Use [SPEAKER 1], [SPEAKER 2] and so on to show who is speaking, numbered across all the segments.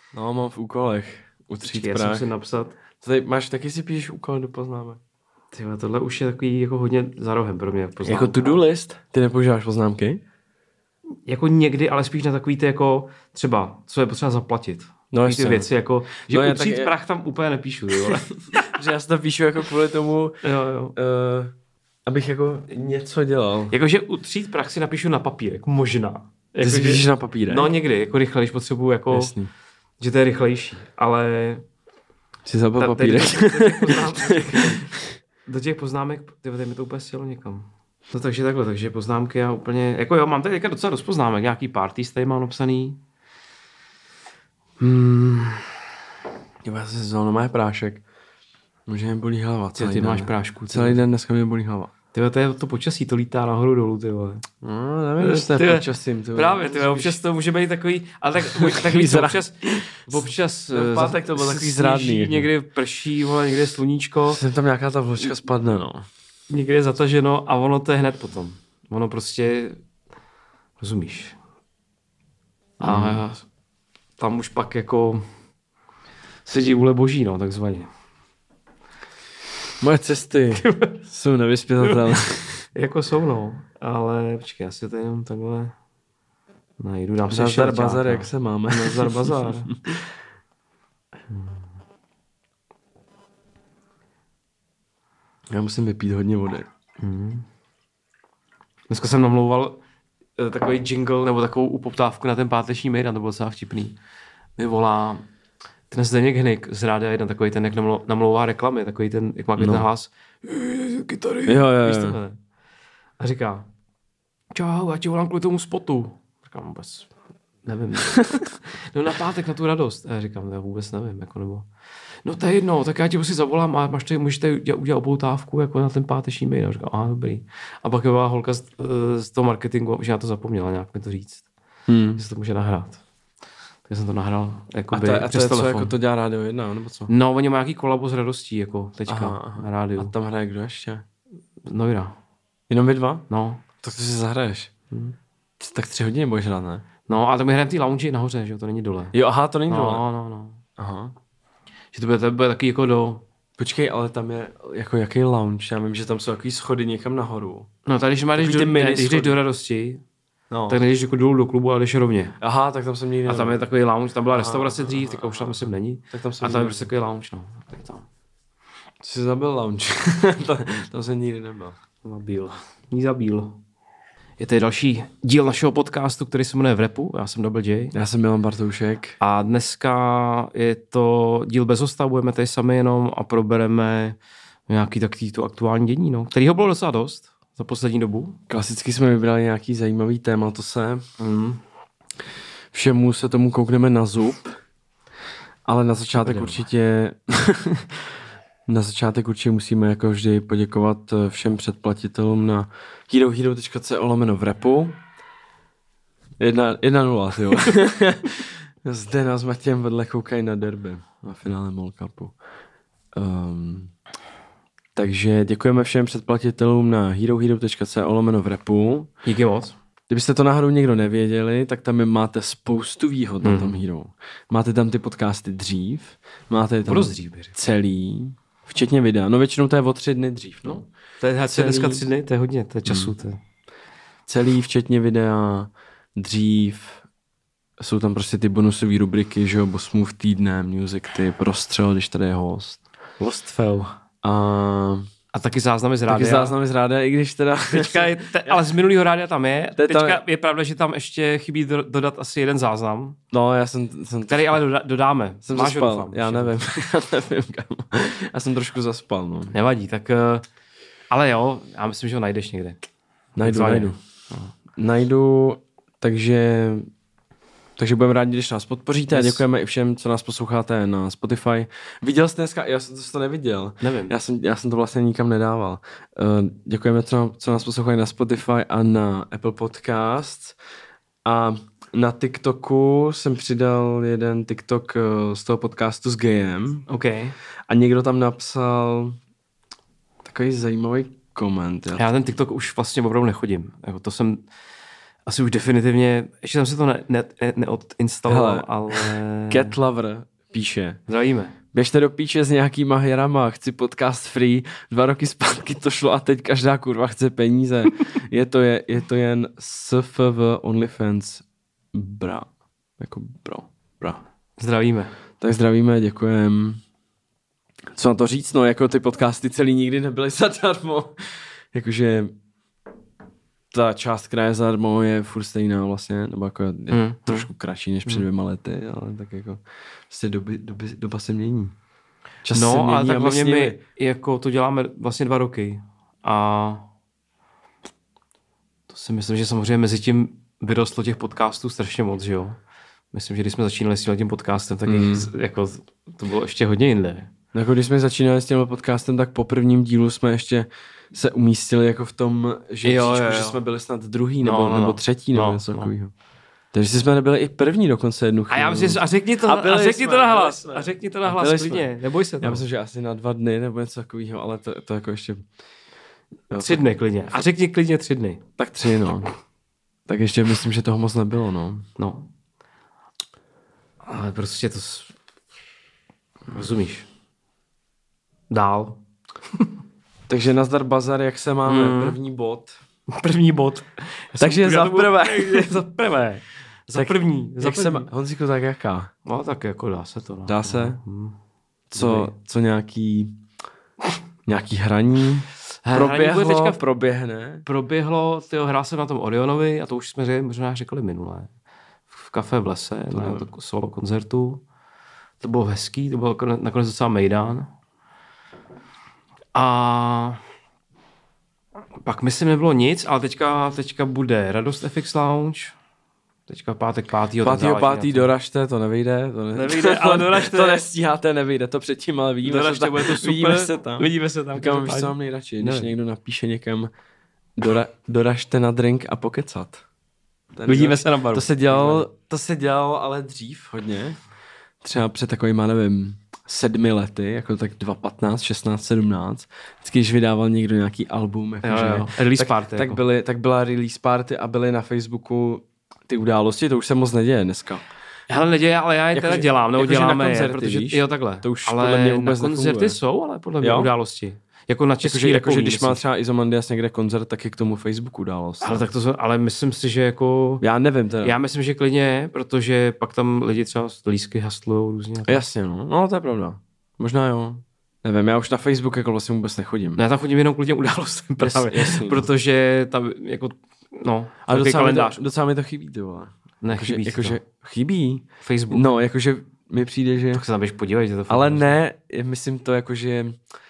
[SPEAKER 1] No, mám v úkolech. Utřít
[SPEAKER 2] Já
[SPEAKER 1] prach.
[SPEAKER 2] jsem si napsat.
[SPEAKER 1] Tady máš, taky si píšeš úkoly do poznámek.
[SPEAKER 2] Tyhle, tohle už je takový jako hodně za rohem pro mě.
[SPEAKER 1] Jako to-do list? Ty nepoužíváš poznámky?
[SPEAKER 2] Jako někdy, ale spíš na takový ty jako třeba, co je potřeba zaplatit.
[SPEAKER 1] No
[SPEAKER 2] Takový ty věci jako, že
[SPEAKER 1] No,
[SPEAKER 2] utřít
[SPEAKER 1] tak
[SPEAKER 2] prach tam úplně nepíšu, jo.
[SPEAKER 1] že já si to píšu jako kvůli tomu,
[SPEAKER 2] Jo.
[SPEAKER 1] abych jako něco dělal.
[SPEAKER 2] Jakože utřít prach si napíšu na papír, jako možná.
[SPEAKER 1] Ty si píšeš na papírek?
[SPEAKER 2] No někdy, jako rychle, když potřebuju jako,
[SPEAKER 1] Jasný.
[SPEAKER 2] že to je rychlejší, ale
[SPEAKER 1] Jsi zabil papírek.
[SPEAKER 2] Do těch poznámek, ty mi to úplně sjelo někam. No takže takhle, takže poznámky já úplně, jako jo, mám tady docela dost poznámek, nějaký parties tady mám napsaný.
[SPEAKER 1] Já jsem zvolil má prášek. Může mě bolí hlava celý
[SPEAKER 2] Ty
[SPEAKER 1] den.
[SPEAKER 2] máš prášku.
[SPEAKER 1] Celý den dneska mě bolí hlava.
[SPEAKER 2] Tyhle, to je to počasí, to lítá nahoru dolů, ty vole.
[SPEAKER 1] No, nevím, jestli to je počasím.
[SPEAKER 2] Právě, ty občas to může být takový, ale tak víc, občas
[SPEAKER 1] v pátek to bylo takový zrádný.
[SPEAKER 2] Někdy prší, vole, někdy je sluníčko.
[SPEAKER 1] Jsem tam nějaká ta vločka spadne, no.
[SPEAKER 2] Někdy je zataženo a ono to je hned potom. Ono prostě, rozumíš. A tam už pak jako sedí vůle boží, no, takzvaně.
[SPEAKER 1] Moje cesty jsou nevyspětatelné.
[SPEAKER 2] Jako jsou, no, ale počkej, já si to jenom takhle najdu, dám si
[SPEAKER 1] Nazdar bazar, jak se máme.
[SPEAKER 2] Nazdar bazar.
[SPEAKER 1] Já musím vypít hodně vody.
[SPEAKER 2] Dneska jsem namlouval takový jingle, nebo takovou upoptávku na ten páteční mejdan, to bylo docela vtipný. Mi volá ten Zdeněk Hnyk z Rádia 1, takový ten, jak namlouvá reklamy, takový ten, jak má ten hlas. Kytary.
[SPEAKER 1] Jo.
[SPEAKER 2] A říká, čau, já ti volám kvůli tomu spotu. Říkám, vůbec nevím. No na pátek, na tu radost. A já říkám, já vůbec nevím, jako nebo. No to je jedno, tak já ti prostě zavolám a můžete udělat upoutávku jako na ten páteční mail. Říkám, dobrý. A pak byla holka z toho marketingu, že já to zapomněla nějak mi to říct. Že se to může nahrát. Tak jsem to nahrál jakoby,
[SPEAKER 1] a to
[SPEAKER 2] přes
[SPEAKER 1] je co,
[SPEAKER 2] telefon.
[SPEAKER 1] jako to dělá Rádio 1, nebo co?
[SPEAKER 2] No, oni mají nějaký kolabo s radostí, jako teďka na rádiu.
[SPEAKER 1] A tam hraje kdo ještě?
[SPEAKER 2] Noira.
[SPEAKER 1] Jenom vy dva?
[SPEAKER 2] No.
[SPEAKER 1] Tak to si zahraješ. Tak 3 hodiny budeš hrát, ne?
[SPEAKER 2] No, a tam my hrajeme ty lounge nahoře, že jo, to není dole.
[SPEAKER 1] Jo, aha, to není dole.
[SPEAKER 2] No.
[SPEAKER 1] Aha.
[SPEAKER 2] Že to bude taky jako do...
[SPEAKER 1] Počkej, ale tam je jako jaký lounge? Já vím, že tam jsou takový schody někam nahoru.
[SPEAKER 2] No, tady, když jdeš do radosti, tak nejdeš jako dolů do klubu, ale jdeš rovně.
[SPEAKER 1] Aha, tak tam jsem nikdy
[SPEAKER 2] A tam je takový lounge, tam byla restaurace dřív, teďka už tam myslím není.
[SPEAKER 1] Tak tam jsem
[SPEAKER 2] a tam je prostě takový lounge, no. Tak tam.
[SPEAKER 1] Jsi zabil lounge. Tam jsem nikdy nebyl.
[SPEAKER 2] Zabil. Je to další díl našeho podcastu, který se jmenuje V rapu. Já jsem Double J.
[SPEAKER 1] Já jsem Milan Bartoušek.
[SPEAKER 2] A dneska je to díl bez hosta, budeme tady sami jenom a probereme nějaký takový to aktuální dění, no. Kterýho bylo docela dost za poslední dobu.
[SPEAKER 1] Klasicky jsme vybrali nějaký zajímavý téma, to se. Všemu se tomu koukneme na zub. Ale na začátek určitě... Na začátek určitě musíme jako vždy poděkovat všem předplatitelům na herohero.co/vrapu. 1-0, tyjo. Zde nás Matějem vedle koukají na derby na finále MOL Cupu. Takže děkujeme všem předplatitelům na herohero.co/vrapu.
[SPEAKER 2] Díky moc.
[SPEAKER 1] Kdybyste to náhodou někdo nevěděli, tak tam máte spoustu výhod na tom Hero. Máte tam ty podcasty dřív, máte tam celý, včetně videa. No většinou to je o 3 dny dřív. No.
[SPEAKER 2] To je dneska 3 dny, to je hodně, to je času.
[SPEAKER 1] Celý, včetně videa, dřív. Jsou tam prostě ty bonusové rubriky, že jo, Bosmův týdne, music tip, prostřel, když tady je host.
[SPEAKER 2] Lost fell. A taky záznamy z rádia.
[SPEAKER 1] Taky záznamy z rádia, i když teda...
[SPEAKER 2] Teďka ale z minulého rádia tam je. Teďka je pravda, že tam ještě chybí dodat asi jeden záznam.
[SPEAKER 1] No, já jsem
[SPEAKER 2] který ale dodáme.
[SPEAKER 1] Jsem zaspal, doufám, já nevím, kámo. Já jsem trošku zaspal, no.
[SPEAKER 2] Nevadí, tak... Ale jo, já myslím, že ho najdeš někde.
[SPEAKER 1] Najdu, takže budeme rádi, když nás podpoříte a děkujeme i všem, co nás posloucháte na Spotify. Viděl jste dneska? Já jsem to neviděl.
[SPEAKER 2] Nevím.
[SPEAKER 1] Já jsem to vlastně nikam nedával. Děkujeme, co nás poslouchají na Spotify a na Apple Podcasts. A na TikToku jsem přidal jeden TikTok z toho podcastu s Gayem.
[SPEAKER 2] Okay.
[SPEAKER 1] A někdo tam napsal takový zajímavý koment.
[SPEAKER 2] Já ten TikTok už vlastně opravdu nechodím. Jako to jsem... asi už definitivně, ještě jsem si to neodinstaloval, ale...
[SPEAKER 1] Cat Lover píše.
[SPEAKER 2] Zdravíme.
[SPEAKER 1] Běžte do píče s nějakýma hrama, chci podcast free, 2 roky zpátky to šlo a teď každá kurva chce peníze. je to jen SFV OnlyFans. Bra. Jako bra.
[SPEAKER 2] Zdravíme.
[SPEAKER 1] Tak zdravíme, děkujem. Co na to říct, no, jako ty podcasty celý nikdy nebyly zadarmo. Jakože ta část, která je zadarmo, je furt stejná vlastně, nebo jako je trošku kratší než před 2 lety, ale tak jako vlastně doba se mění. Čas se mění,
[SPEAKER 2] ale tak hlavně my jako to děláme vlastně 2 roky a to si myslím, že samozřejmě mezi tím vyrostlo těch podcastů strašně moc, že jo? Myslím, že když jsme začínali s tím podcastem, tak jako to bylo ještě hodně jinde.
[SPEAKER 1] Jako když jsme začínali s tímhle podcastem, tak po prvním dílu jsme ještě se umístili jako v tom, že, že jsme byli snad druhý nebo třetí nebo něco takového. Takže jsme nebyli i první dokonce jednu chvíli.
[SPEAKER 2] A já myslím, a řekni to na hlas, klidně, neboj se to.
[SPEAKER 1] Já myslím, že asi na 2 dny nebo něco takového, ale to jako ještě...
[SPEAKER 2] 3 dny klidně. A řekni klidně 3 dny.
[SPEAKER 1] Tak 3, no. Tak ještě myslím, že toho moc nebylo, no.
[SPEAKER 2] No. Ale prostě to... Rozumíš. Dál.
[SPEAKER 1] Takže nazdar bazar, jak se máme,
[SPEAKER 2] První bod.
[SPEAKER 1] Takže za prvé.
[SPEAKER 2] Za první.
[SPEAKER 1] Honzíku, tak jaká?
[SPEAKER 2] No tak jako dá se to. No.
[SPEAKER 1] Dá se? Co nějaký hraní? Proběhne?
[SPEAKER 2] Proběhlo, hrál jsem na tom Orionovi a to už jsme možná řekli minule. V kafe v lese, na solo koncertu. To bylo hezký, to bylo nakonec docela mejdán. A pak myslím nebylo nic, ale teďka bude Radost FX Lounge. Teďka pátek 5.
[SPEAKER 1] doražte, to nevyjde.
[SPEAKER 2] Nevyjde, ale doražte.
[SPEAKER 1] To nestíháte, nevyjde to předtím, ale vidíme
[SPEAKER 2] doražte,
[SPEAKER 1] se tam.
[SPEAKER 2] Bude to super. Vidíme se tam.
[SPEAKER 1] Kam víš, co mám nejradši, když někdo napíše někam doražte na drink a pokecat.
[SPEAKER 2] Vidíme se na baru.
[SPEAKER 1] To se dělalo ale dřív hodně. Třeba před takovýma, nevím, 7 lety, jako tak 2015, 16, 17. Vždycky, když vydával někdo nějaký album,
[SPEAKER 2] release party.
[SPEAKER 1] Tak byla release party a byly na Facebooku ty události, to už se moc neděje dneska.
[SPEAKER 2] Hele, neděje, ale já je teda dělám, nebo děláme
[SPEAKER 1] na koncerty,
[SPEAKER 2] protože
[SPEAKER 1] víš?
[SPEAKER 2] Jo, takhle.
[SPEAKER 1] To už
[SPEAKER 2] ale
[SPEAKER 1] podle mě vůbec
[SPEAKER 2] na koncerty
[SPEAKER 1] nefunguje.
[SPEAKER 2] jsou, ale podle mě události. Jako na Český
[SPEAKER 1] jakože když má třeba Izomandias někde koncert, tak je k tomu Facebooku událost.
[SPEAKER 2] Ale myslím si, že jako...
[SPEAKER 1] Já nevím teda.
[SPEAKER 2] Já myslím, že klidně, protože pak tam lidi třeba lístky haslujou různě.
[SPEAKER 1] Jasně, no to je pravda. Možná jo. Nevím, já už na Facebook jako vlastně vůbec nechodím.
[SPEAKER 2] No, já tam chodím jenom kvůli těm událostem právě,
[SPEAKER 1] jasný,
[SPEAKER 2] protože tam jako,
[SPEAKER 1] a docela mi to chybí, ty vole.
[SPEAKER 2] Nechybí
[SPEAKER 1] jakože chybí.
[SPEAKER 2] Facebook.
[SPEAKER 1] No, jakože mi přijde, že...
[SPEAKER 2] Tak se tam běž podívej.
[SPEAKER 1] Ale ne, myslím to jakože...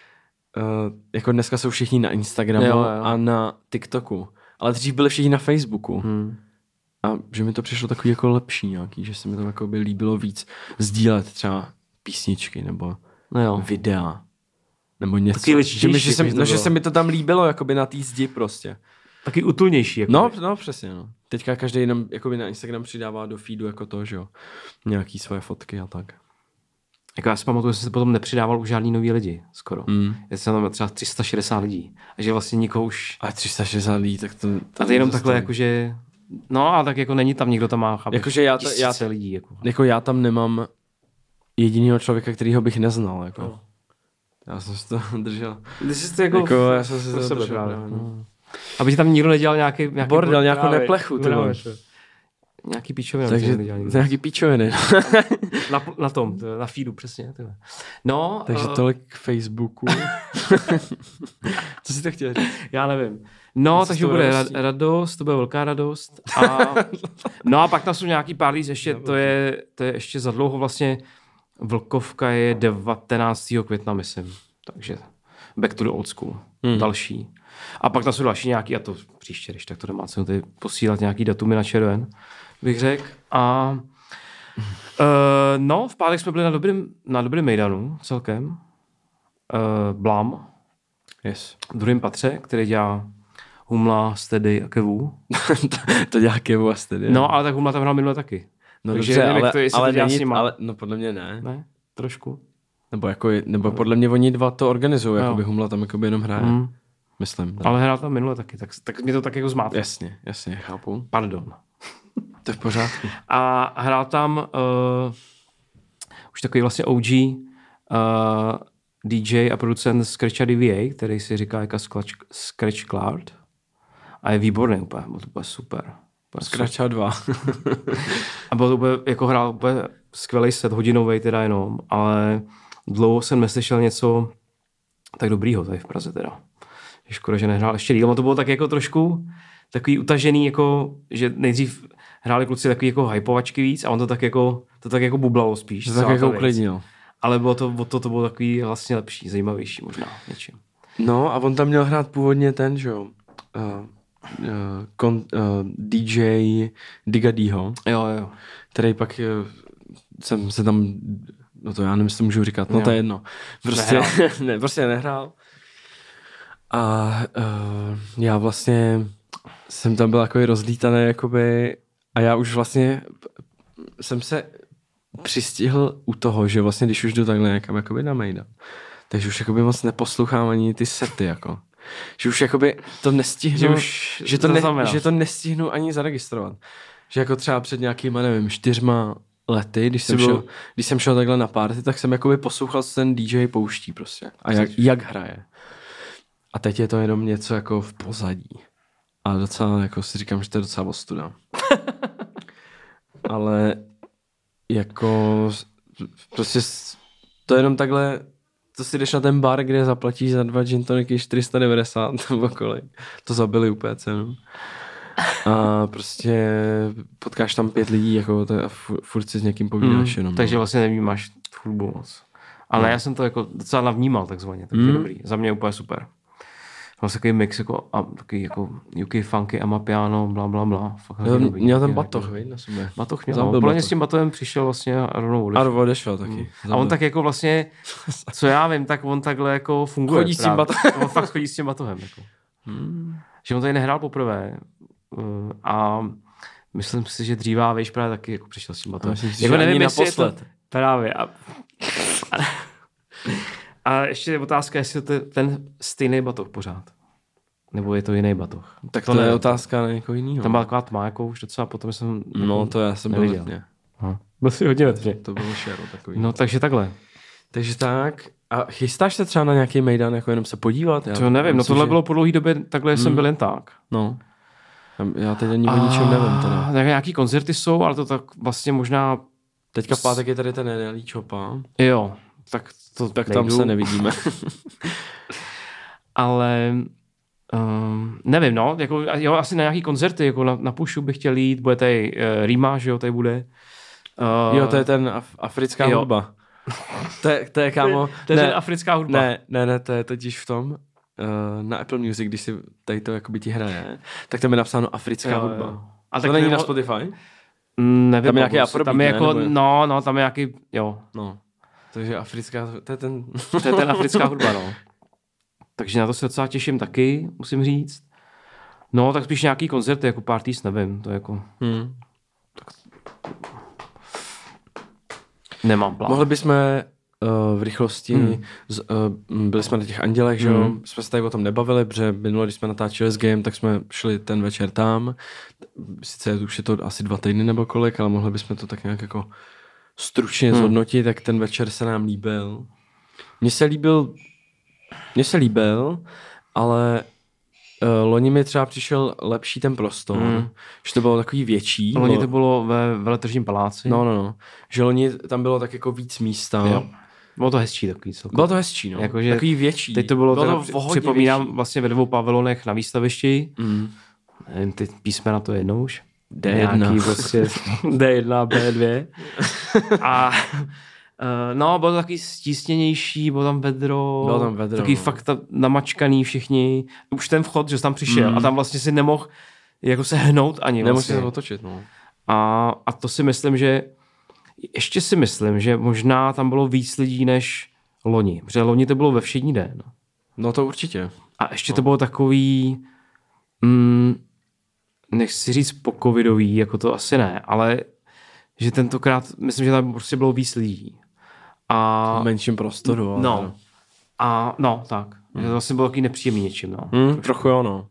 [SPEAKER 1] jako dneska jsou všichni na Instagramu a na TikToku. Ale dřív byli všichni na Facebooku. A že mi to přišlo takový jako lepší nějaký, že se mi tam jako by líbilo víc sdílet třeba písničky nebo videa. Nebo něco. Že se mi to tam líbilo jakoby na té zdi prostě.
[SPEAKER 2] Taky utulnější.
[SPEAKER 1] Jako no, přesně. No. Teďka každý jenom jakoby na Instagram přidává do feedu jako to, že jo. Nějaký svoje fotky a tak.
[SPEAKER 2] Jako já si pamatuju, že jsem se potom nepřidával už žádný nový lidi skoro. Já jsem tam třeba 360 lidí. A že vlastně nikoho už...
[SPEAKER 1] A 360 lidí, tak to
[SPEAKER 2] a to jenom takhle jakože... No a tak jako není tam nikdo tam má, chápeš,
[SPEAKER 1] jakože já
[SPEAKER 2] lidí.
[SPEAKER 1] Jako já tam nemám jedinýho člověka, kterýho bych neznal. Jako. No. Já jsem si to držel. Já jsem si to držel. Právě. No.
[SPEAKER 2] Aby ti tam nikdo nedělal nějaký
[SPEAKER 1] bordel, nějakou neplechu.
[SPEAKER 2] Nějaký píčoviny.
[SPEAKER 1] Takže nějaký píčoviny.
[SPEAKER 2] na feedu, přesně. Tyhle. No,
[SPEAKER 1] takže tolik k Facebooku. Co jsi to chtěl říct?
[SPEAKER 2] Já nevím. No, takže bude radost, to bude velká radost. No a pak tam jsou nějaký pár líst, ještě, to je ještě za dlouho vlastně. Vlkovka je 19. května, myslím. Takže back to the old school. Další. A pak tam jsou další nějaký, a to příště, když tak to nemá cenu tady posílat nějaký datumy na červen, bych řekl. A no, v pátek jsme byli na dobrým mejdanu celkem. Blam.
[SPEAKER 1] Yes.
[SPEAKER 2] V druhém patře, který dělá Humla, Steady a Kevu.
[SPEAKER 1] To dělá Kevu a Steady.
[SPEAKER 2] No, ale tak Humla tam hrál minule taky.
[SPEAKER 1] No takže dobře, ale no podle mě ne.
[SPEAKER 2] Ne? Trošku.
[SPEAKER 1] Nebo podle mě oni dva to organizují, jakoby Humla tam jakoby jenom hraje. myslím. Tak.
[SPEAKER 2] Ale hrál tam minule taky, tak mě to tak jako zmátlo.
[SPEAKER 1] Jasně, chápu.
[SPEAKER 2] Pardon.
[SPEAKER 1] To je v pořádku.
[SPEAKER 2] A hrál tam už takový vlastně OG DJ a producent Scratcha DVA, který si říká jako Scratch Cloud. A je výborný úplně, byl to úplně super.
[SPEAKER 1] Scratcha 2.
[SPEAKER 2] A byl to úplně, jako hrál úplně skvělý set, hodinovej teda jenom, ale dlouho jsem neslyšel něco tak dobrýho tady v Praze teda. Je škoda, že nehrál ještě díl. To bylo tak jako trošku takový utažený, jako, že nejdřív hráli kluci takový jako hypovačky víc a on to tak jako bublalo spíš.
[SPEAKER 1] To tak jako uklidnil.
[SPEAKER 2] Ale bylo to bylo takový vlastně lepší, zajímavější možná něčím.
[SPEAKER 1] No a on tam měl hrát původně ten, že jo, DJ Digadího.
[SPEAKER 2] Jo.
[SPEAKER 1] Který pak jsem se tam, no to já nevím, jestli to můžu říkat, no to je jedno. Prostě nehrál. A já vlastně jsem tam byl takový rozlítaný, jakoby, a já už vlastně jsem se přistihl u toho, že vlastně, když už jdu takhle někam jakoby na Mejdan, takže už jakoby moc neposlouchám ani ty sety, jako. Že už jakoby to nestihnu, že to nestihnu ani zaregistrovat. Že jako třeba před nějakýma, nevím, 4 lety, když jsem šel takhle na party, tak jsem jakoby poslouchal, co ten DJ pouští prostě. A jak hraje. A teď je to jenom něco jako v pozadí. A docela, jako si říkám, že to je docela ostuda. Ale jako prostě to jenom takhle, to si jdeš na ten bar, kde zaplatíš za 2 gin toniky 490 nebo kolik. To zabili úplně cenu. A prostě potkáš tam 5 lidí jako a furt si s někým povídáš jenom.
[SPEAKER 2] Takže vlastně nevnímáš hudbu moc. Ale já jsem to jako docela navnímal takzvaně, takže dobrý. Za mě úplně super. Vlastně takový mix jako, a takový jako UK funky, amapiano, blablabla.
[SPEAKER 1] Měl ten batoh, víš, na sobě.
[SPEAKER 2] Batoh měl, no. Plně s tím batohem přišel vlastně a rovnou odešel.
[SPEAKER 1] A odešel taky.
[SPEAKER 2] A on tak jako vlastně, co já vím, tak on takhle jako funguje.
[SPEAKER 1] Chodí s tím batohem.
[SPEAKER 2] On fakt chodí s tím batohem. Jako. Že on tady nehrál poprvé. A myslím si, že dříva, víš, právě taky jako přišel s tím batohem.
[SPEAKER 1] Jako nevím, jestli je to...
[SPEAKER 2] Právě. A ještě je otázka, jestli to je ten stejný batoh pořád. Nebo je to jiný batoh.
[SPEAKER 1] Tak to je otázka na někoho jinýho.
[SPEAKER 2] Tam byla taková tma, jako už docela potom jsem...
[SPEAKER 1] No to já jsem byl hodně.
[SPEAKER 2] Byl jsi hodně vetři.
[SPEAKER 1] To bylo šero takový.
[SPEAKER 2] No takže takhle.
[SPEAKER 1] Takže tak. A chystáš se třeba na nějaký mejdan, jako jenom se podívat?
[SPEAKER 2] To nevím, no tohle bylo po dlouhý době, takhle jsem byl jen tak.
[SPEAKER 1] No. Já teď ani o ničem nevím teda.
[SPEAKER 2] Tak nějaký koncerty jsou, ale to tak vlastně možná...
[SPEAKER 1] Teďka v pátek je tady ten Nelly Chopa.
[SPEAKER 2] Jo.
[SPEAKER 1] Tak tam se nevidíme.
[SPEAKER 2] Ale nevím, no, jako, jo, asi na nějaký koncerty, jako na Pushu bych chtěl jít, bude tady Rima, že jo, tady bude.
[SPEAKER 1] Jo, to je ten africká hudba. To je kámo.
[SPEAKER 2] To je ten africká hudba.
[SPEAKER 1] Ne, to je totiž v tom, na Apple Music, když si tady to jakoby ti hraje, tak tam je napsáno africká hudba. Jo. A to není na Spotify?
[SPEAKER 2] Nevím.
[SPEAKER 1] Tam je nějaký afrobeat,
[SPEAKER 2] tam je jako, no, tam je nějaký, jo.
[SPEAKER 1] No. Takže africká, to je ten...
[SPEAKER 2] To je ten africká hudba, no. Takže na to se docela těším taky, musím říct. No, tak spíš nějaký koncerty, jako parties, nevím, to je jako... Tak... Nemám plán.
[SPEAKER 1] Mohli bychom v rychlosti, byli jsme na těch Andělech, že jo, jsme se tady o tom nebavili, protože minule, když jsme natáčeli s Game, tak jsme šli ten večer tam. Sice už je to asi 2 týdny nebo kolik, ale mohli bychom to tak nějak jako stručně zhodnotit, tak ten večer se nám líbil. Mně se líbil, ale loni mi třeba přišel lepší ten prostor, že to bylo takový větší.
[SPEAKER 2] Loni to bylo ve Veletržním paláci.
[SPEAKER 1] No. Že loni tam bylo tak jako víc místa.
[SPEAKER 2] Jo. Bylo to hezčí takový celkově.
[SPEAKER 1] Bylo to hezčí, no.
[SPEAKER 2] Jakože
[SPEAKER 1] takový větší.
[SPEAKER 2] Teď to bylo připomínám větší. Vlastně ve 2 pavilonech na výstavišti. Nevím, ty písmena to jednou už.
[SPEAKER 1] D1.
[SPEAKER 2] Prostě D1, B2. A no, bylo to takový stísněnější, bylo tam vedro. Takový fakt namačkaný všichni. Už ten vchod, že jsi tam přišel a tam vlastně si nemohl jako se hnout ani.
[SPEAKER 1] Nemohl
[SPEAKER 2] vlastně.
[SPEAKER 1] se otočit, no.
[SPEAKER 2] A to si myslím, že možná tam bylo víc lidí než loni. Protože loni to bylo ve všední den.
[SPEAKER 1] No to určitě.
[SPEAKER 2] A ještě to bylo takový, nechci říct po-covidový, jako to asi ne, ale že tentokrát, myslím, že tam prostě bylo víc lidí. A
[SPEAKER 1] v menším prostoru.
[SPEAKER 2] No. A no, tak. To vlastně bylo takový nepříjemný něčím, no.
[SPEAKER 1] Trochu jo, no.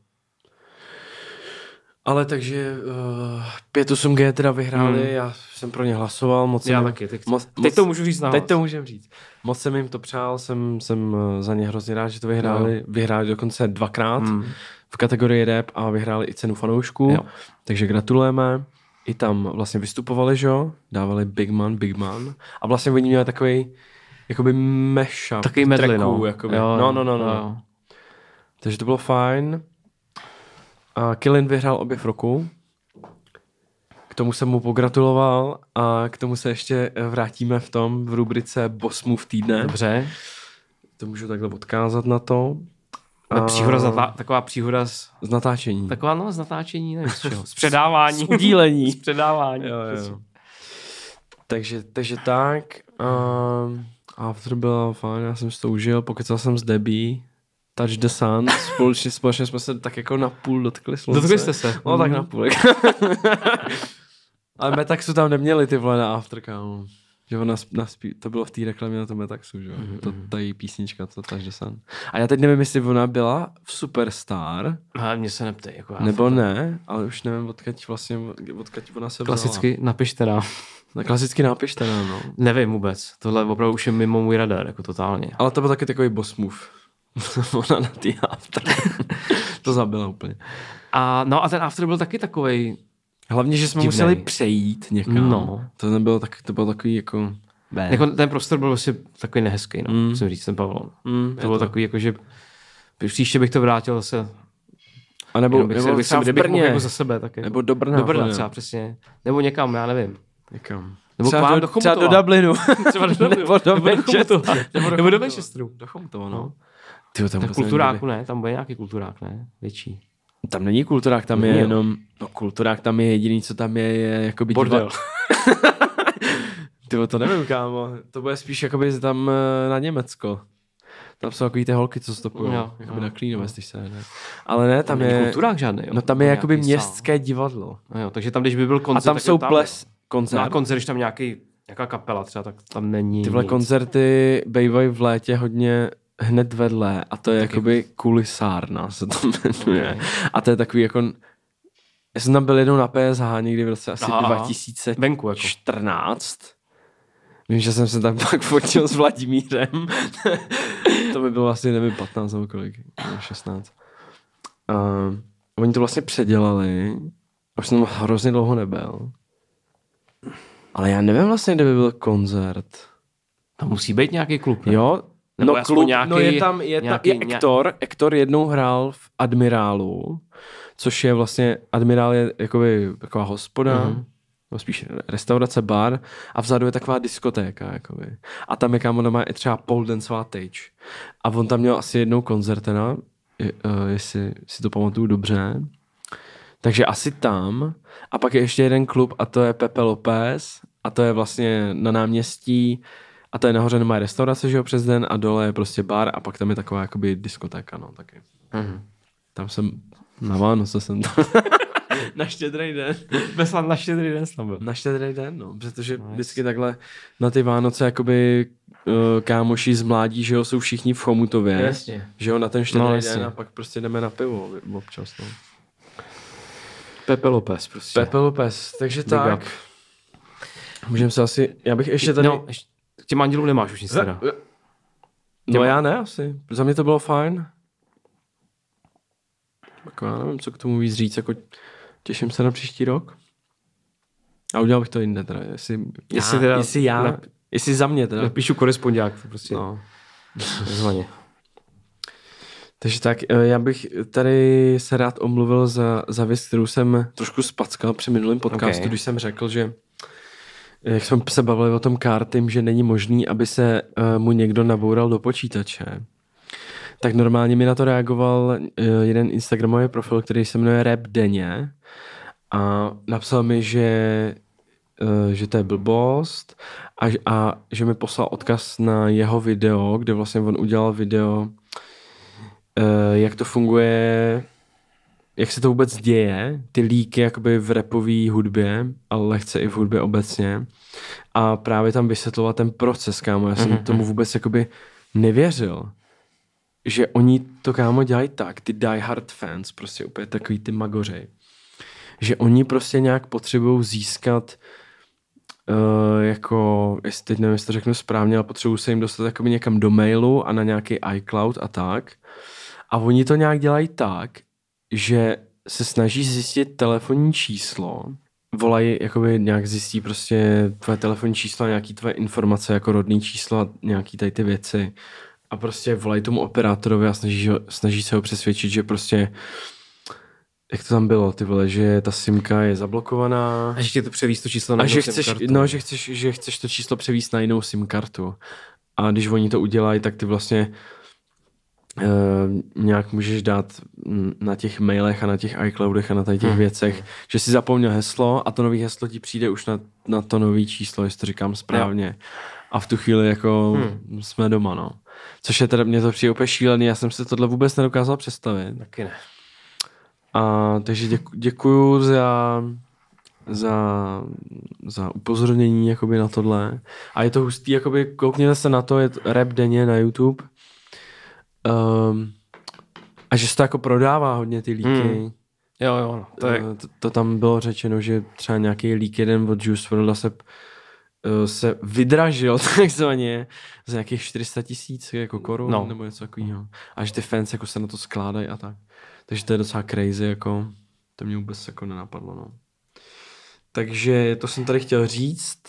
[SPEAKER 1] Ale takže 5-8G teda vyhráli, já jsem pro ně hlasoval. Moc
[SPEAKER 2] Já
[SPEAKER 1] jsem
[SPEAKER 2] taky. Teď to můžu říct nahlas.
[SPEAKER 1] Teď to můžem říct. Moc jsem jim to přál, jsem za ně hrozně rád, že to vyhráli. Vyhráli dokonce 2krát v kategorii rap a vyhráli i cenu fanoušků. Jo. Takže gratulujeme. I tam vlastně vystupovali, že jo? Dávali Big Man. A vlastně oni měli takový jakoby mashup.
[SPEAKER 2] Takový medley, no.
[SPEAKER 1] Jakoby. No. Takže to bylo fajn. A Killin vyhrál objev roku. K tomu jsem mu pogratuloval a k tomu se ještě vrátíme v rubrice Boss Move týdne.
[SPEAKER 2] Dobře.
[SPEAKER 1] To můžu takhle odkázat na to.
[SPEAKER 2] Taková příhoda z
[SPEAKER 1] natáčení.
[SPEAKER 2] Taková z natáčení, nevím z čeho. Z předávání.
[SPEAKER 1] Z udílení.
[SPEAKER 2] Z předávání.
[SPEAKER 1] Jo. Takže tak. After byla fajn, já jsem si to užil, pokecal jsem s Debbie. Touch the Sun, společně jsme se tak jako na půl dotkli slunce.
[SPEAKER 2] Dotkli jste se?
[SPEAKER 1] No tak na půl. Ale Metaxu tam neměli ty vole na After, kámo. Že ona to bylo v té reklamě na tom Metaxu, že jo. Ta její písnička, to Touch the Sun. A já teď nevím, jestli ona byla v Superstar.
[SPEAKER 2] A mě se neptej. Jako
[SPEAKER 1] nebo ne, ale už nevím, odkud ona se vzala.
[SPEAKER 2] Klasicky napište nám.
[SPEAKER 1] Klasicky napište nám, no.
[SPEAKER 2] Nevím vůbec. Tohle opravdu už je mimo můj radar, jako totálně.
[SPEAKER 1] Ale to byl taky takový boss move. Ona na ty After. To zabila úplně.
[SPEAKER 2] A ten After byl taky takovej.
[SPEAKER 1] Hlavně, že jsme museli přejít někam.
[SPEAKER 2] No.
[SPEAKER 1] To bylo takový jako...
[SPEAKER 2] Jako ten prostor byl vlastně takový nehezký, no. Musím říct, ten pavilon. To bylo takový jako, že příště bych to vrátil zase.
[SPEAKER 1] A nebo třeba v Brně.
[SPEAKER 2] Jako za sebe taky.
[SPEAKER 1] Nebo do Brna.
[SPEAKER 2] Do Brna třeba, přesně. Nebo někam, já nevím.
[SPEAKER 1] Někam.
[SPEAKER 2] Nebo
[SPEAKER 1] třeba do Dublinu.
[SPEAKER 2] Třeba do Dublinu. Nebo do Manchesteru.
[SPEAKER 1] Do Chomutova, no.
[SPEAKER 2] Tak kulturáku ne, tam bude nějaký kulturák, ne? Větší.
[SPEAKER 1] Tam není kulturák, tam je jenom... No kulturák tam je jediný, co tam je jakoby...
[SPEAKER 2] Bordel.
[SPEAKER 1] Tyvo, to nevím, kámo. To bude spíš jakoby tam na Německo. Tam jsou takový ty holky, co stopují. Jakoby na Klínové, když se ne. Ale ne, tam je...
[SPEAKER 2] kulturák žádný, jo.
[SPEAKER 1] No tam je jakoby městské divadlo.
[SPEAKER 2] No jo, takže tam, když by byl koncert...
[SPEAKER 1] A tam jsou koncert.
[SPEAKER 2] Na koncert, když tam nějaká kapela třeba, tak tam není
[SPEAKER 1] tyhle nic. Koncerty bývají v létě hodně hned vedle a to je jakoby kulisárna se to jmenuje. Okay. A to je takový jako... Já jsem tam byl jednou na PSH někdy v roce asi 2014. Vím, že jsem se tam pak fotil s Vladimírem. To by bylo asi, nevím, 15 nebo kolik, 16. Oni to vlastně předělali. Už jsem tam hrozně dlouho nebyl. Ale já nevím vlastně, kde by byl koncert.
[SPEAKER 2] Tam musí být nějaký klub, ne?
[SPEAKER 1] Jo,
[SPEAKER 2] nebo
[SPEAKER 1] no klub,
[SPEAKER 2] nějaký,
[SPEAKER 1] no je tam Ektor jednou hrál v Admirálu, což je vlastně, Admirál je jakoby taková hospoda, no spíš restaurace, bar a vzadu je taková diskotéka, jakoby. A tam je kámo doma i třeba pole dancová stage. A on tam měl asi jednou koncert, teda, jestli si to pamatuju dobře. Takže asi tam. A pak je ještě jeden klub a to je Pepe Lopez a to je vlastně na náměstí a to je nahoře nemá restaurace, že jo, přes den a dole je prostě bar a pak tam je taková jakoby diskotéka, no taky. Tam jsem na Vánoce jsem tam. Na Štědrý den.
[SPEAKER 2] Na Štědrý den jsem byl.
[SPEAKER 1] Na Štědrý den, no, protože vždycky takhle na ty Vánoce jakoby kámoši z mládí, že jo, jsou všichni v Chomutově.
[SPEAKER 2] Jasně.
[SPEAKER 1] Že jo, na ten Štědrý den a pak prostě jdeme na pivo občas, no.
[SPEAKER 2] Pepe Lopez, prostě.
[SPEAKER 1] Pepe Lopez, takže big tak. Up. Můžeme se asi, já bych ještě tady...
[SPEAKER 2] No, těm andělům nemáš už nic teda.
[SPEAKER 1] No já ne asi, za mě to bylo fajn. Jako já nevím, co k tomu víc říct, jako těším se na příští rok. A udělal bych to jinde teda, jestli za mě teda.
[SPEAKER 2] Napíšu korespondiák, to prostě.
[SPEAKER 1] No.
[SPEAKER 2] Zvaně.
[SPEAKER 1] Takže tak, já bych tady se rád omluvil za věc, kterou jsem trošku spackal při minulém podcastu, když jsem řekl, že jak jsme se bavili o tom Kartym, že není možný, aby se mu někdo naboural do počítače. Tak normálně mi na to reagoval jeden instagramový profil, který se jmenuje Rap Denně a napsal mi, že to je blbost a že mi poslal odkaz na jeho video, kde vlastně on udělal video, jak to funguje, jak se to vůbec děje, ty líky jakoby v rapové hudbě, ale lehce i v hudbě obecně. A právě tam vysvětloval ten proces, kámo. Já jsem tomu vůbec jakoby nevěřil. že oni to, kámo, dělají tak, ty die hard fans, prostě úplně takový ty magoři, že oni prostě nějak potřebují získat jako, jestli teď nevím, jestli to řeknu správně, ale potřebují se jim dostat jakoby někam do mailu a na nějaký iCloud a tak. A oni to nějak dělají tak, že se snaží zjistit telefonní číslo, volají, jakoby nějak zjistí prostě tvoje telefonní číslo a nějaký tvoje informace jako rodný číslo a nějaký tady ty věci. A prostě volají tomu operátorovi a snaží se ho přesvědčit, že prostě jak to tam bylo, ty vole, že ta simka je zablokovaná.
[SPEAKER 2] A že ti to převíz to číslo na
[SPEAKER 1] A
[SPEAKER 2] jinou
[SPEAKER 1] že
[SPEAKER 2] SIM
[SPEAKER 1] chceš,
[SPEAKER 2] kartu.
[SPEAKER 1] no, že chceš to číslo převíst na jinou SIM kartu. A když oni to udělají, tak ty vlastně nějak můžeš dát na těch mailech a na těch iCloudech a na tady těch věcech, že si zapomněl heslo a to nový heslo ti přijde už na to nový číslo, jestli to říkám správně. A v tu chvíli jako jsme doma, no. Což je teda, mě to přijde úplně šílený, já jsem si tohle vůbec nedokázal představit.
[SPEAKER 2] Taky ne.
[SPEAKER 1] A takže děkuju za upozornění jakoby na tohle. A je to hustý, jakoby koukněte se na to, je to rap denně na YouTube. A že se to jako prodává hodně ty líky.
[SPEAKER 2] Jo, no, to je...
[SPEAKER 1] To tam bylo řečeno, že třeba nějaký lík jeden od Juice WRLD se vydražil takzvaně za nějakých 400 000 jako korun nebo něco takového. A že ty fans jako se na to skládají a tak. Takže to je docela crazy, jako to mě vůbec jako nenapadlo, no. Takže to jsem tady chtěl říct.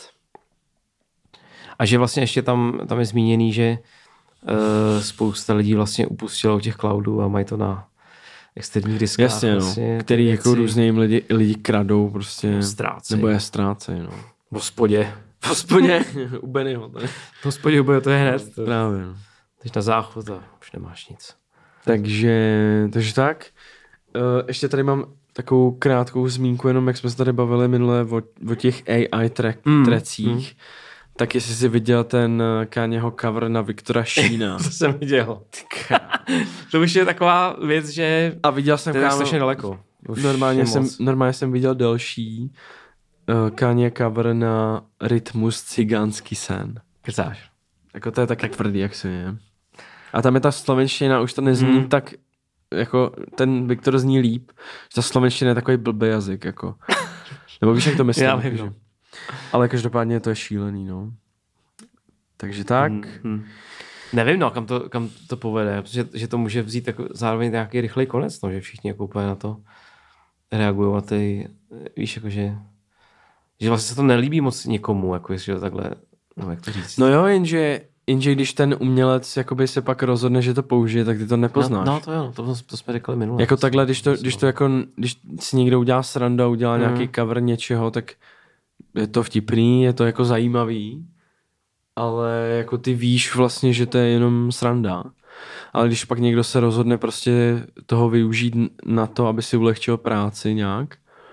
[SPEAKER 2] A že vlastně ještě tam je zmíněný, že spousta lidí vlastně upustilo těch cloudů a mají to na externích diskách.
[SPEAKER 1] Jasně,
[SPEAKER 2] vlastně,
[SPEAKER 1] no. Který jako různě jim lidi kradou prostě.
[SPEAKER 2] Ztrácej.
[SPEAKER 1] Nebo je ztrácej, no.
[SPEAKER 2] V hospodě.
[SPEAKER 1] V hospodě u Bennyho.
[SPEAKER 2] V hospodě to je hned.
[SPEAKER 1] Právě, no.
[SPEAKER 2] Teď na záchod a už nemáš nic.
[SPEAKER 1] Takže tak. Ještě tady mám takovou krátkou zmínku, jenom jak jsme se tady bavili minule o těch AI trecích. Tak jestli jsi viděl ten Kanyeho cover na Viktora Sheena.
[SPEAKER 2] To jsem viděl. To už je taková věc, že
[SPEAKER 1] a viděl jsem
[SPEAKER 2] to je strašně daleko.
[SPEAKER 1] Normálně jsem viděl další Kanye cover na Rytmus Cigánský sen.
[SPEAKER 2] Kecáš.
[SPEAKER 1] Jako to je taky tvrdý, jak se je. A tam je ta slovenština, už to nezní tak, jako ten Viktor zní líp, že ta slovenština je takový blbý jazyk, jako. Nebo víš, jak to myslím?
[SPEAKER 2] Já vím, no.
[SPEAKER 1] Ale každopádně to je šílený, no. Takže tak.
[SPEAKER 2] Nevím, no, kam to povede, protože že to může vzít jako zároveň nějaký rychlej konec, no, že všichni jako úplně na to reagují na ty, víš, jakože, že vlastně se to nelíbí moc někomu, jako jestli to takhle, no, jak to říct.
[SPEAKER 1] No jo, jenže když ten umělec jakoby se pak rozhodne, že to použije, tak ty to nepoznáš.
[SPEAKER 2] No to jo, to jsme řekli minule.
[SPEAKER 1] Jako takhle, když si někdo udělá srandu a udělá nějaký cover něčeho, tak je to vtipný, je to jako zajímavý, ale jako ty víš vlastně, že to je jenom sranda. Ale když pak někdo se rozhodne prostě toho využít na to, aby si ulehčil práci nějak,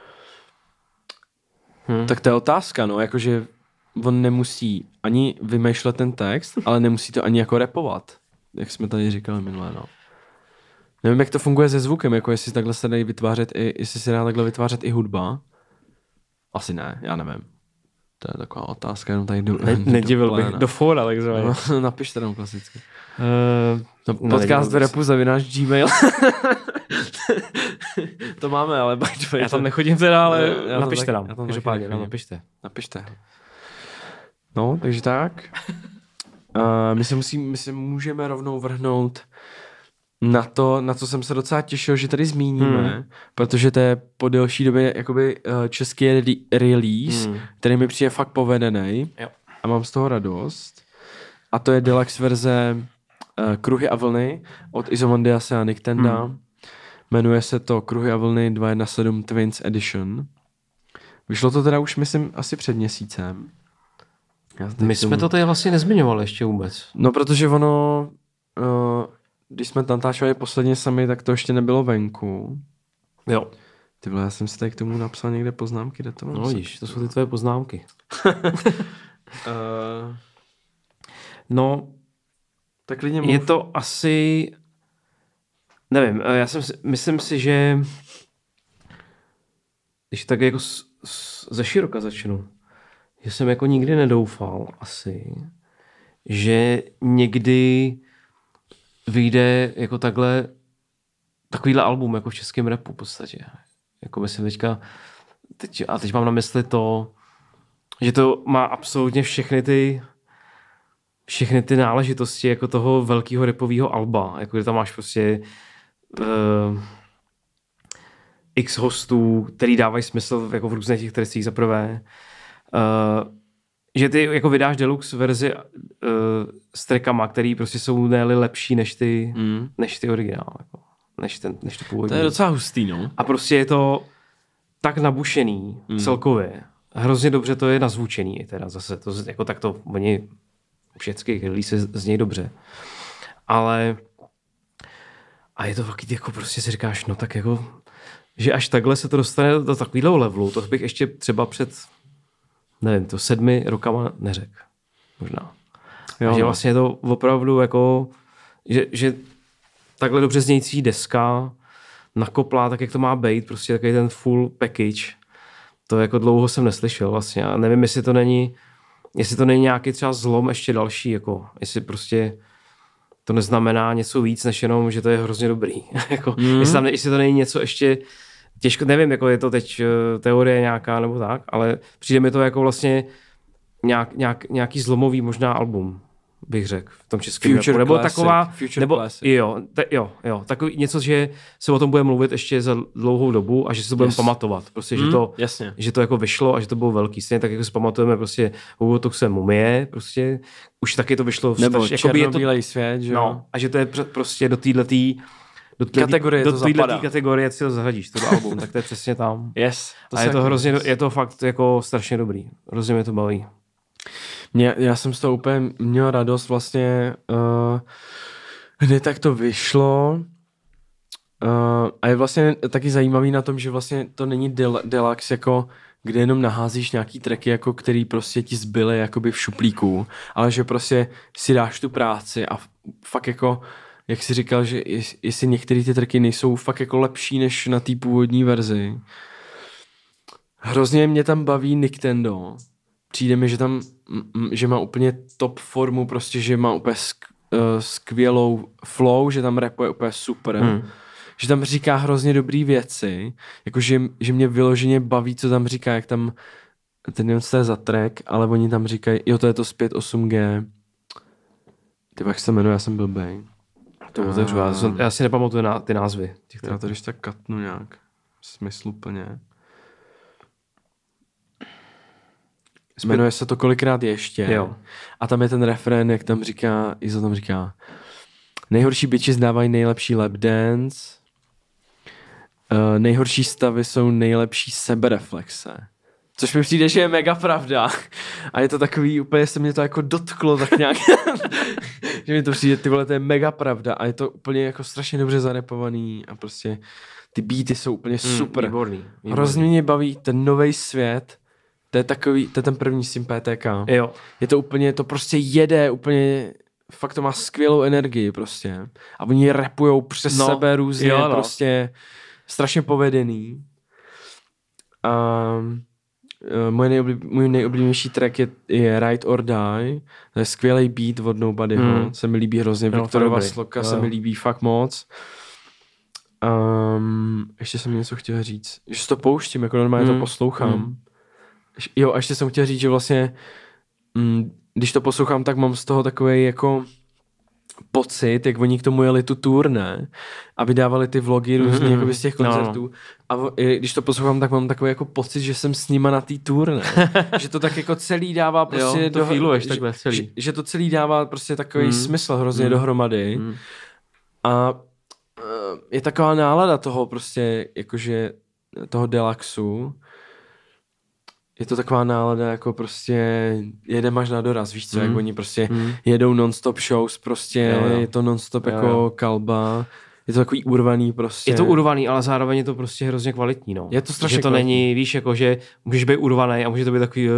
[SPEAKER 1] tak to je otázka, no, jakože on nemusí ani vymýšlet ten text, ale nemusí to ani jako rapovat, jak jsme tady říkali minule, no. Nevím, jak to funguje se zvukem, jako jestli takhle se dají vytvářet jestli se dá takhle vytvářet i hudba. Asi ne, já nevím. To je taková otázka, jenom tady
[SPEAKER 2] nedivil bych, do fóra, takzvaně.
[SPEAKER 1] No, napište tam klasicky. Podcast do rapu @ Gmail. To máme, ale
[SPEAKER 2] já tam nechodím teda, ale napište
[SPEAKER 1] nám.
[SPEAKER 2] Každopádně nám
[SPEAKER 1] Napište. No, takže tak. My se můžeme rovnou vrhnout na co jsem se docela těšil, že tady zmíníme, protože to je po delší době jakoby český release, který mi přijde fakt povedený a mám z toho radost. A to je deluxe verze Kruhy a vlny od Izomondiase a Nick Tenda. Jmenuje se to Kruhy a vlny 217 Twins Edition. Vyšlo to teda už, myslím, asi před měsícem.
[SPEAKER 2] My jsme to tady vlastně nezmiňovali ještě vůbec.
[SPEAKER 1] No, protože ono... když jsme natáčeli posledně sami, tak to ještě nebylo venku.
[SPEAKER 2] Jo.
[SPEAKER 1] Ty vole, já jsem si tady k tomu napsal někde poznámky, kde to mám.
[SPEAKER 2] No vidíš, to jsou ty tvoje poznámky. No,
[SPEAKER 1] tak klidně
[SPEAKER 2] je to asi... Nevím, myslím si, že když tak jako ze široka začnu, že jsem jako nikdy nedoufal asi, že někdy vyjde jako takovýhle album jako v českém rapu v podstatě. Jako myslím teďka, teď mám na mysli to, že to má absolutně všechny ty náležitosti jako toho velkého rapového alba. Jako, že tam máš prostě x hostů, který dávají smysl jako v různých těch trestích za prvé. Že ty jako vydáš deluxe verzi s trackama, který prostě jsou lepší než ty originál. Jako, než to původní.
[SPEAKER 1] To je docela hustý, no.
[SPEAKER 2] A prostě je to tak nabušený celkově. Hrozně dobře to je nazvučený. Teda zase to, jako tak to oni všechny release z něj dobře. Ale a je to taky jako prostě si říkáš, no tak jako že až takhle se to dostane do takového levelu, to bych ještě třeba před nevím, to 7 rokama neřekl. Možná. Jo, že vlastně je to opravdu jako že takhle dobře znějící deska nakoplá, tak jak to má být, prostě takový ten full package. To jako dlouho jsem neslyšel vlastně. A nevím, jestli to není nějaký třeba zlom ještě další, jako jestli prostě to neznamená něco víc, než jenom, že to je hrozně dobrý. Jako, jestli to není něco ještě těžko, nevím, jako je to teď teorie nějaká nebo tak, ale přijde mi to jako vlastně nějaký zlomový možná album, bych řekl, v tom českém rapu. Nebo
[SPEAKER 1] classic,
[SPEAKER 2] taková, nebo
[SPEAKER 1] classic.
[SPEAKER 2] Jo, takový něco, že se o tom bude mluvit ještě za dlouhou dobu a že se to budeme pamatovat. Prostě, že to jako vyšlo a že to bylo velký. Stejně tak, jako si pamatujeme prostě to se mumie, prostě už taky to vyšlo.
[SPEAKER 1] Nebo černobílej svět, že jo?
[SPEAKER 2] No, a že to je prostě do téhletý kategorie si to zahradíš, to album, tak to je přesně tam.
[SPEAKER 1] Yes.
[SPEAKER 2] A je to hrozně, je to fakt jako strašně dobrý. Hrozně mě to baví.
[SPEAKER 1] Já jsem z toho úplně měl radost vlastně, kdy tak to vyšlo a je vlastně taky zajímavý na tom, že vlastně to není deluxe, jako kde jenom naházíš nějaký tracky, jako který prostě ti zbyly jakoby v šuplíku, ale že prostě si dáš tu práci a fakt jako jak jsi říkal, že jestli některé ty tracky nejsou fakt jako lepší než na té původní verzi. Hrozně mě tam baví Nintendo. Přijde mi, že má úplně top formu, prostě, že má úplně skvělou flow, že tam rapuje úplně super. Že tam říká hrozně dobrý věci. Jakože že mě vyloženě baví, co tam říká, jak tam ten nevím, co to je za track, ale oni tam říkají, jo, to je to zpět 8G. Ty jak se jmenuje, já jsem blbej.
[SPEAKER 2] To otevřu, já si nepamatuju na ty názvy.
[SPEAKER 1] Já to když tak katnu nějak smysluplně. Jmenuje se to Kolikrát ještě.
[SPEAKER 2] Jo.
[SPEAKER 1] A tam je ten refrén, jak tam říká, Izo tam říká, nejhorší bitches dávají nejlepší lap dance, nejhorší stavy jsou nejlepší sebereflexe. Což mi přijde, že je mega pravda. A je to takový, úplně se mě to jako dotklo tak nějak. Že mi to přijde, ty vole, to je mega pravda. A je to úplně jako strašně dobře zarepovaný a prostě ty beaty jsou úplně super.
[SPEAKER 2] Výborný.
[SPEAKER 1] Hrozně mě baví ten novej svět. To je ten první s tím PTK.
[SPEAKER 2] Jo.
[SPEAKER 1] Je to úplně, to prostě jede úplně, fakt to má skvělou energii prostě. A oni rapujou přes sebe různě, prostě strašně povedený. Můj nejoblíbenější track je Ride or Die. To je skvělý beat od Nobodyho. Se mi líbí hrozně. Viktorova sloka se mi líbí fakt moc. Ještě jsem něco chtěl říct. Že si to pouštím, jako normálně to poslouchám. Jo, a ještě jsem chtěl říct, že vlastně když to poslouchám, tak mám z toho takový jako pocit, jak oni k tomu jeli tu tour, ne? A vydávali ty vlogy různě jakoby z těch koncertů. A když to poslouchám, tak mám takový jako pocit, že jsem s nima na té tour, ne? Že to tak jako celý dává prostě...
[SPEAKER 2] Jo, to feeluješ takhle celý.
[SPEAKER 1] Že to celý dává prostě takový smysl hrozně dohromady. A je taková nálada toho prostě, jakože toho deluxu. Je to taková nálada, jako prostě jedeme až na doraz, víš co, jak oni prostě jedou non-stop shows, prostě je to non-stop jako kalba, je to takový urvaný prostě.
[SPEAKER 2] Je to urvaný, ale zároveň je to prostě hrozně kvalitní, no.
[SPEAKER 1] Je to strašně
[SPEAKER 2] že to
[SPEAKER 1] kvalitní.
[SPEAKER 2] není, víš, jako že můžeš být urvaný a může to být takový,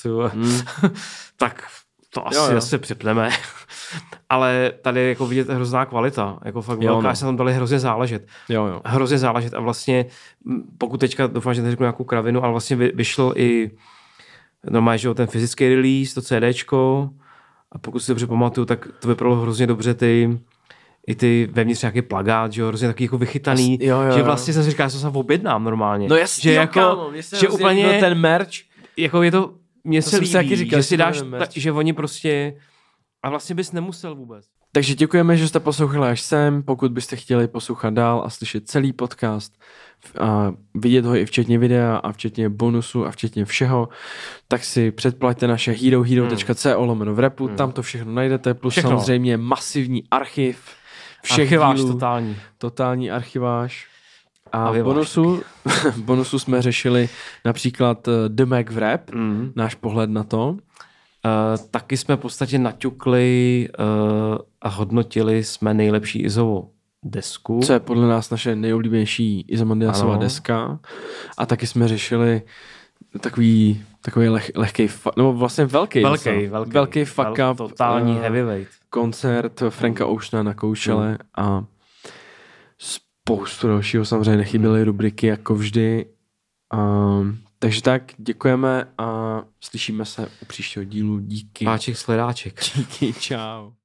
[SPEAKER 2] tak to asi přepneme. Ale tady je jako vidět hrozná kvalita, jako fakt velká, se tam dali hrozně záležet.
[SPEAKER 1] Jo.
[SPEAKER 2] Hrozně záležet a vlastně, pokud teďka doufám, že neřeknu nějakou kravinu, ale vlastně vyšel i normálně, že ten fyzický release, to CDčko a pokud si dobře pamatuju, tak to vypadalo hrozně dobře i ty vevnitř nějaký plagát, že jo, hrozně takový jako vychytaný,
[SPEAKER 1] jo.
[SPEAKER 2] že vlastně jsem si říkal, že se objednám normálně.
[SPEAKER 1] No jasně,
[SPEAKER 2] že jako, že úplně
[SPEAKER 1] ten merch.
[SPEAKER 2] Jako je to, mně se líbí,
[SPEAKER 1] taky říkal,
[SPEAKER 2] že si dáš,
[SPEAKER 1] merch.
[SPEAKER 2] že oni prostě, a vlastně bys nemusel vůbec.
[SPEAKER 1] Takže děkujeme, že jste poslouchali až sem. Pokud byste chtěli poslouchat dál a slyšet celý podcast a vidět ho i včetně videa a včetně bonusu a včetně všeho, tak si předplaťte naše herohero.co v repu, tam to všechno najdete, plus
[SPEAKER 2] všechno.
[SPEAKER 1] samozřejmě masivní archiv všech
[SPEAKER 2] Archiváž
[SPEAKER 1] dílů, totální archiváž. A v bonusu jsme řešili například The Mac v rap, náš pohled na to.
[SPEAKER 2] Taky jsme v podstatě naťukli a hodnotili jsme nejlepší Izovou desku.
[SPEAKER 1] Co je podle nás naše nejoblíbenější Izomandiasova deska. A taky jsme řešili takový lehký, nebo vlastně velký fuck up.
[SPEAKER 2] Totální heavyweight.
[SPEAKER 1] Koncert Franka Oceana na Coachelle a spoustu dalšího, samozřejmě nechyběly rubriky jako vždy. Takže tak, děkujeme a slyšíme se u příštího dílu. Díky.
[SPEAKER 2] Páček, sledáček.
[SPEAKER 1] Díky, čau.